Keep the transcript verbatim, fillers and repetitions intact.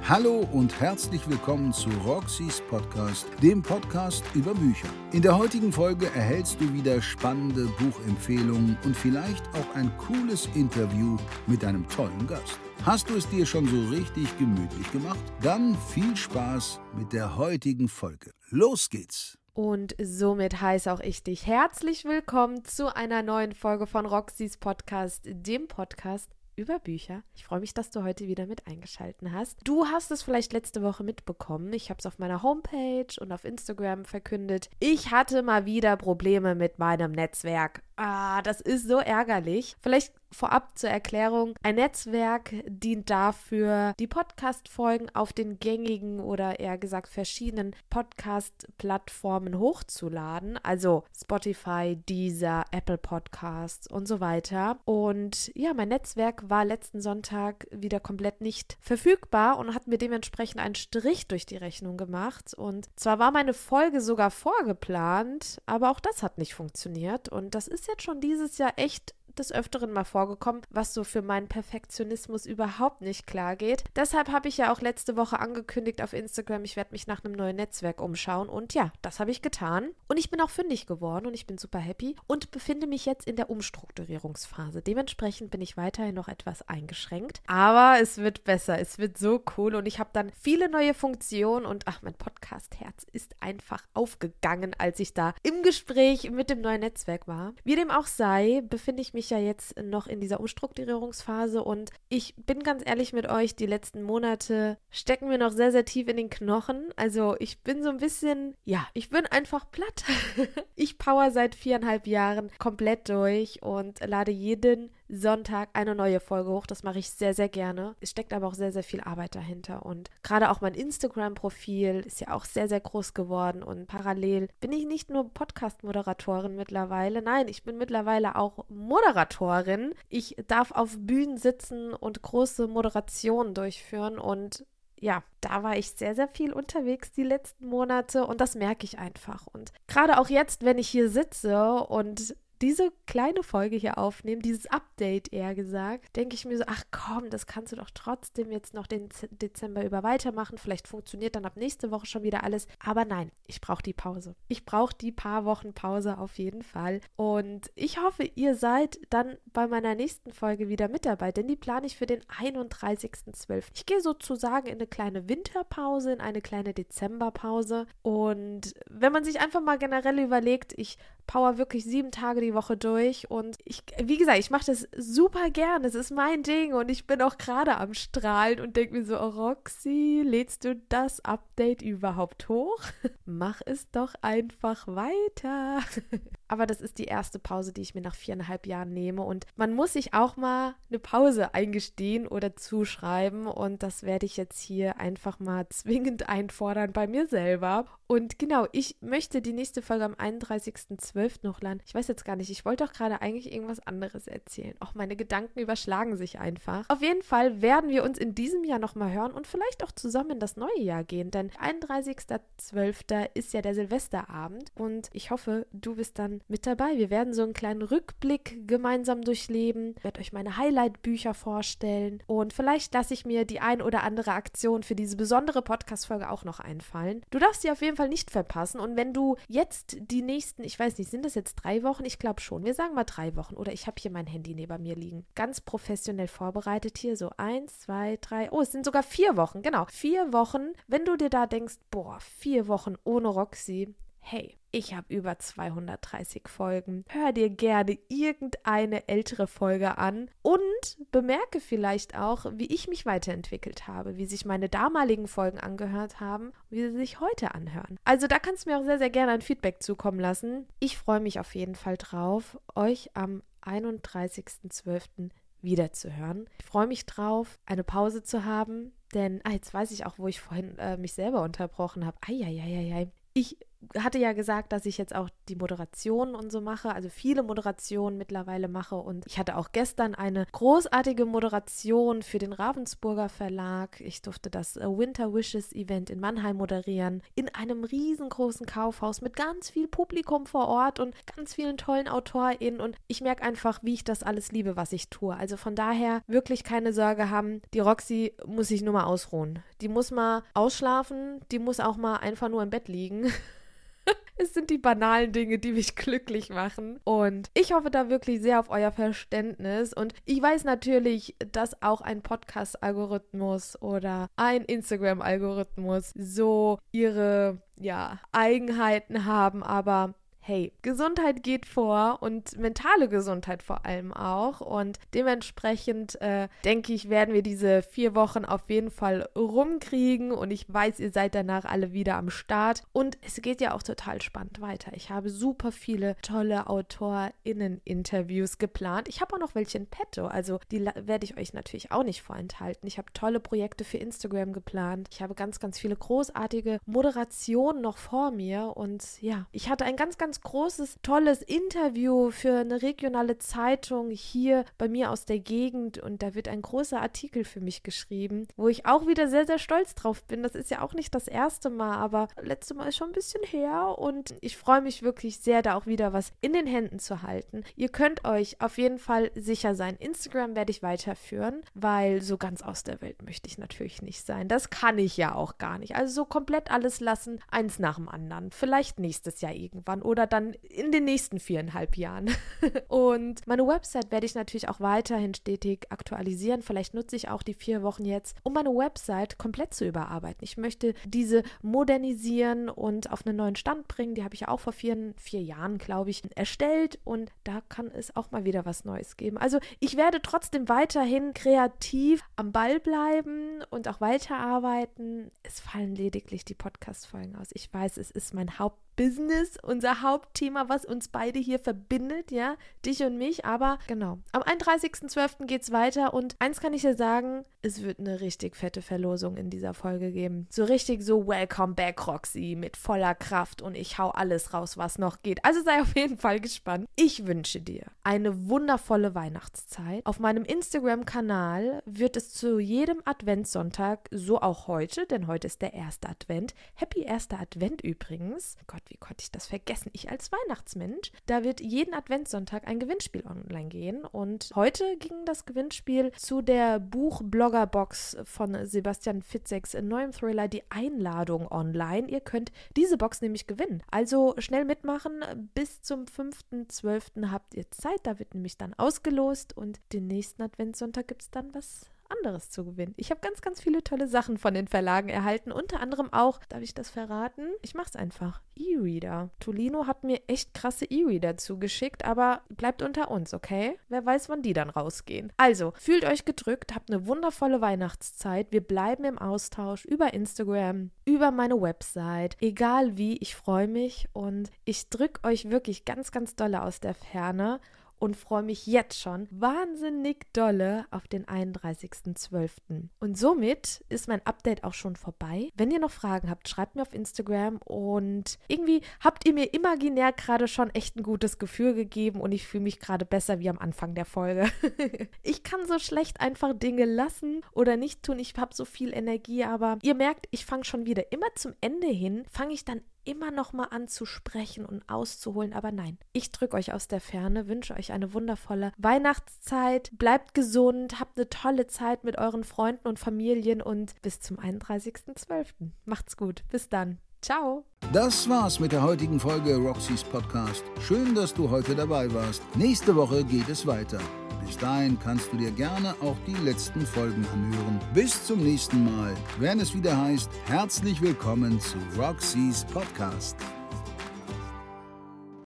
Hallo und herzlich willkommen zu Roxys Podcast, dem Podcast über Bücher. In der heutigen Folge erhältst du wieder spannende Buchempfehlungen und vielleicht auch ein cooles Interview mit einem tollen Gast. Hast du es dir schon so richtig gemütlich gemacht? Dann viel Spaß mit der heutigen Folge. Los geht's! Und somit heiße auch ich dich herzlich willkommen zu einer neuen Folge von Roxys Podcast, dem Podcast über Bücher. Ich freue mich, dass du heute wieder mit eingeschaltet hast. Du hast es vielleicht letzte Woche mitbekommen. Ich habe es auf meiner Homepage und auf Instagram verkündet. Ich hatte mal wieder Probleme mit meinem Netzwerk. Ah, das ist so ärgerlich. Vielleicht vorab zur Erklärung. Ein Netzwerk dient dafür, die Podcast-Folgen auf den gängigen oder eher gesagt verschiedenen Podcast-Plattformen hochzuladen. Also Spotify, Deezer, Apple Podcasts und so weiter. Und ja, mein Netzwerk war letzten Sonntag wieder komplett nicht verfügbar und hat mir dementsprechend einen Strich durch die Rechnung gemacht. Und zwar war meine Folge sogar vorgeplant, aber auch das hat nicht funktioniert. Und das ist jetzt schon dieses Jahr echt des Öfteren mal vorgekommen, was so für meinen Perfektionismus überhaupt nicht klar geht. Deshalb habe ich ja auch letzte Woche angekündigt auf Instagram, ich werde mich nach einem neuen Netzwerk umschauen und ja, das habe ich getan und ich bin auch fündig geworden und ich bin super happy und befinde mich jetzt in der Umstrukturierungsphase. Dementsprechend bin ich weiterhin noch etwas eingeschränkt, aber es wird besser, es wird so cool und ich habe dann viele neue Funktionen und ach, mein Podcast-Herz ist einfach aufgegangen, als ich da im Gespräch mit dem neuen Netzwerk war. Wie dem auch sei, befinde ich mich ja jetzt noch in dieser Umstrukturierungsphase und ich bin ganz ehrlich mit euch, die letzten Monate stecken mir noch sehr, sehr tief in den Knochen. Also ich bin so ein bisschen, ja, ich bin einfach platt. Ich power seit viereinhalb Jahren komplett durch und lade jeden Sonntag eine neue Folge hoch. Das mache ich sehr, sehr gerne. Es steckt aber auch sehr, sehr viel Arbeit dahinter und gerade auch mein Instagram-Profil ist ja auch sehr, sehr groß geworden und parallel bin ich nicht nur Podcast-Moderatorin mittlerweile, nein, ich bin mittlerweile auch Moderatorin. Ich darf auf Bühnen sitzen und große Moderationen durchführen und ja, da war ich sehr, sehr viel unterwegs die letzten Monate und das merke ich einfach. Und gerade auch jetzt, wenn ich hier sitze und diese kleine Folge hier aufnehmen, dieses Update eher gesagt, denke ich mir so, ach komm, das kannst du doch trotzdem jetzt noch den Dezember über weitermachen. Vielleicht funktioniert dann ab nächste Woche schon wieder alles. Aber nein, ich brauche die Pause. Ich brauche die paar Wochen Pause auf jeden Fall. Und ich hoffe, ihr seid dann bei meiner nächsten Folge wieder mit dabei, denn die plane ich für den einunddreißigsten zwölften Ich gehe sozusagen in eine kleine Winterpause, in eine kleine Dezemberpause. Und wenn man sich einfach mal generell überlegt, ich power wirklich sieben Tage die Woche durch und ich, wie gesagt, ich mache das super gern, das ist mein Ding und ich bin auch gerade am Strahlen und denke mir so, oh Roxy, lädst du das Update überhaupt hoch? Mach es doch einfach weiter. Aber das ist die erste Pause, die ich mir nach viereinhalb Jahren nehme und man muss sich auch mal eine Pause eingestehen oder zuschreiben und das werde ich jetzt hier einfach mal zwingend einfordern bei mir selber. Und genau, ich möchte die nächste Folge am einunddreißigsten zwölften hochladen. Ich weiß jetzt gar nicht, ich wollte doch gerade eigentlich irgendwas anderes erzählen. Auch meine Gedanken überschlagen sich einfach. Auf jeden Fall werden wir uns in diesem Jahr nochmal hören und vielleicht auch zusammen in das neue Jahr gehen, denn einunddreißigsten zwölften ist ja der Silvesterabend und ich hoffe, du bist dann mit dabei. Wir werden so einen kleinen Rückblick gemeinsam durchleben. Ich werde euch meine Highlight-Bücher vorstellen und vielleicht lasse ich mir die ein oder andere Aktion für diese besondere Podcast-Folge auch noch einfallen. Du darfst sie auf jeden Fall nicht verpassen und wenn du jetzt die nächsten, ich weiß nicht, sind das jetzt drei Wochen? Ich glaube schon. Wir sagen mal drei Wochen oder ich habe hier mein Handy neben mir liegen. Ganz professionell vorbereitet hier, so eins, zwei, drei, oh, es sind sogar vier Wochen, genau. Vier Wochen, wenn du dir da denkst, boah, vier Wochen ohne Roxy, hey, ich habe über zweihundertdreißig Folgen. Hör dir gerne irgendeine ältere Folge an und bemerke vielleicht auch, wie ich mich weiterentwickelt habe, wie sich meine damaligen Folgen angehört haben, wie sie sich heute anhören. Also da kannst du mir auch sehr, sehr gerne ein Feedback zukommen lassen. Ich freue mich auf jeden Fall drauf, euch am einunddreißigsten zwölften wiederzuhören. Ich freue mich drauf, eine Pause zu haben, denn ah, jetzt weiß ich auch, wo ich vorhin äh, mich selber unterbrochen habe. Eieieiei. Ich hatte ja gesagt, dass ich jetzt auch die Moderationen und so mache, also viele Moderationen mittlerweile mache und ich hatte auch gestern eine großartige Moderation für den Ravensburger Verlag. Ich durfte das Winter Wishes Event in Mannheim moderieren, in einem riesengroßen Kaufhaus mit ganz viel Publikum vor Ort und ganz vielen tollen AutorInnen und ich merke einfach, wie ich das alles liebe, was ich tue. Also von daher wirklich keine Sorge haben, die Roxy muss sich nur mal ausruhen. Die muss mal ausschlafen, die muss auch mal einfach nur im Bett liegen. Es sind die banalen Dinge, die mich glücklich machen. Und ich hoffe da wirklich sehr auf euer Verständnis. Und ich weiß natürlich, dass auch ein Podcast-Algorithmus oder ein Instagram-Algorithmus so ihre, ja, Eigenheiten haben, aber hey, Gesundheit geht vor und mentale Gesundheit vor allem auch und dementsprechend äh, denke ich, werden wir diese vier Wochen auf jeden Fall rumkriegen und ich weiß, ihr seid danach alle wieder am Start und es geht ja auch total spannend weiter. Ich habe super viele tolle AutorInnen-Interviews geplant. Ich habe auch noch welche in petto, also die la- werde ich euch natürlich auch nicht vorenthalten. Ich habe tolle Projekte für Instagram geplant. Ich habe ganz, ganz viele großartige Moderationen noch vor mir und ja, ich hatte ein ganz, ganz großes, tolles Interview für eine regionale Zeitung hier bei mir aus der Gegend und da wird ein großer Artikel für mich geschrieben, wo ich auch wieder sehr, sehr stolz drauf bin. Das ist ja auch nicht das erste Mal, aber letzte Mal ist schon ein bisschen her und ich freue mich wirklich sehr, da auch wieder was in den Händen zu halten. Ihr könnt euch auf jeden Fall sicher sein. Instagram werde ich weiterführen, weil so ganz aus der Welt möchte ich natürlich nicht sein. Das kann ich ja auch gar nicht. Also so komplett alles lassen, eins nach dem anderen. Vielleicht nächstes Jahr irgendwann oder dann in den nächsten viereinhalb Jahren. Und meine Website werde ich natürlich auch weiterhin stetig aktualisieren. Vielleicht nutze ich auch die vier Wochen jetzt, um meine Website komplett zu überarbeiten. Ich möchte diese modernisieren und auf einen neuen Stand bringen. Die habe ich ja auch vor vier, vier Jahren, glaube ich, erstellt und da kann es auch mal wieder was Neues geben. Also ich werde trotzdem weiterhin kreativ am Ball bleiben und auch weiterarbeiten. Es fallen lediglich die Podcast-Folgen aus. Ich weiß, es ist mein Haupt Business, unser Hauptthema, was uns beide hier verbindet, ja, dich und mich, aber genau, am einunddreißigsten zwölften geht's weiter und eins kann ich dir sagen, es wird eine richtig fette Verlosung in dieser Folge geben. So richtig so Welcome back, Roxy, mit voller Kraft und ich hau alles raus, was noch geht. Also sei auf jeden Fall gespannt. Ich wünsche dir eine wundervolle Weihnachtszeit. Auf meinem Instagram-Kanal wird es zu jedem Adventssonntag, so auch heute, denn heute ist der erste Advent. Happy erster Advent übrigens. Gott, wie konnte ich das vergessen? Ich als Weihnachtsmensch. Da wird jeden Adventssonntag ein Gewinnspiel online gehen und heute ging das Gewinnspiel zu der Buch-Blogger-Box von Sebastian Fitzeks neuem Thriller Die Einladung online. Ihr könnt diese Box nämlich gewinnen. Also schnell mitmachen. Bis zum fünften zwölften habt ihr Zeit. Da wird nämlich dann ausgelost und den nächsten Adventssonntag gibt es dann was anderes zu gewinnen. Ich habe ganz, ganz viele tolle Sachen von den Verlagen erhalten, unter anderem auch, darf ich das verraten? Ich mach's einfach. E-Reader. Tolino hat mir echt krasse E-Reader zugeschickt, aber bleibt unter uns, okay? Wer weiß, wann die dann rausgehen. Also, fühlt euch gedrückt, habt eine wundervolle Weihnachtszeit. Wir bleiben im Austausch über Instagram, über meine Website. Egal wie, ich freue mich und ich drücke euch wirklich ganz, ganz dolle aus der Ferne und freue mich jetzt schon wahnsinnig dolle auf den einunddreißigsten zwölften Und somit ist mein Update auch schon vorbei. Wenn ihr noch Fragen habt, schreibt mir auf Instagram und irgendwie habt ihr mir imaginär gerade schon echt ein gutes Gefühl gegeben und ich fühle mich gerade besser wie am Anfang der Folge. Ich kann so schlecht einfach Dinge lassen oder nicht tun. Ich habe so viel Energie, aber ihr merkt, ich fange schon wieder immer zum Ende hin, fange ich dann immer noch mal an zu sprechen und auszuholen, aber nein, ich drücke euch aus der Ferne, wünsche euch eine wundervolle Weihnachtszeit, bleibt gesund, habt eine tolle Zeit mit euren Freunden und Familien und bis zum einunddreißigsten zwölften Macht's gut, bis dann. Ciao. Das war's mit der heutigen Folge Roxys Podcast. Schön, dass du heute dabei warst. Nächste Woche geht es weiter. Bis dahin kannst du dir gerne auch die letzten Folgen anhören. Bis zum nächsten Mal, wenn es wieder heißt, herzlich willkommen zu Roxys Podcast.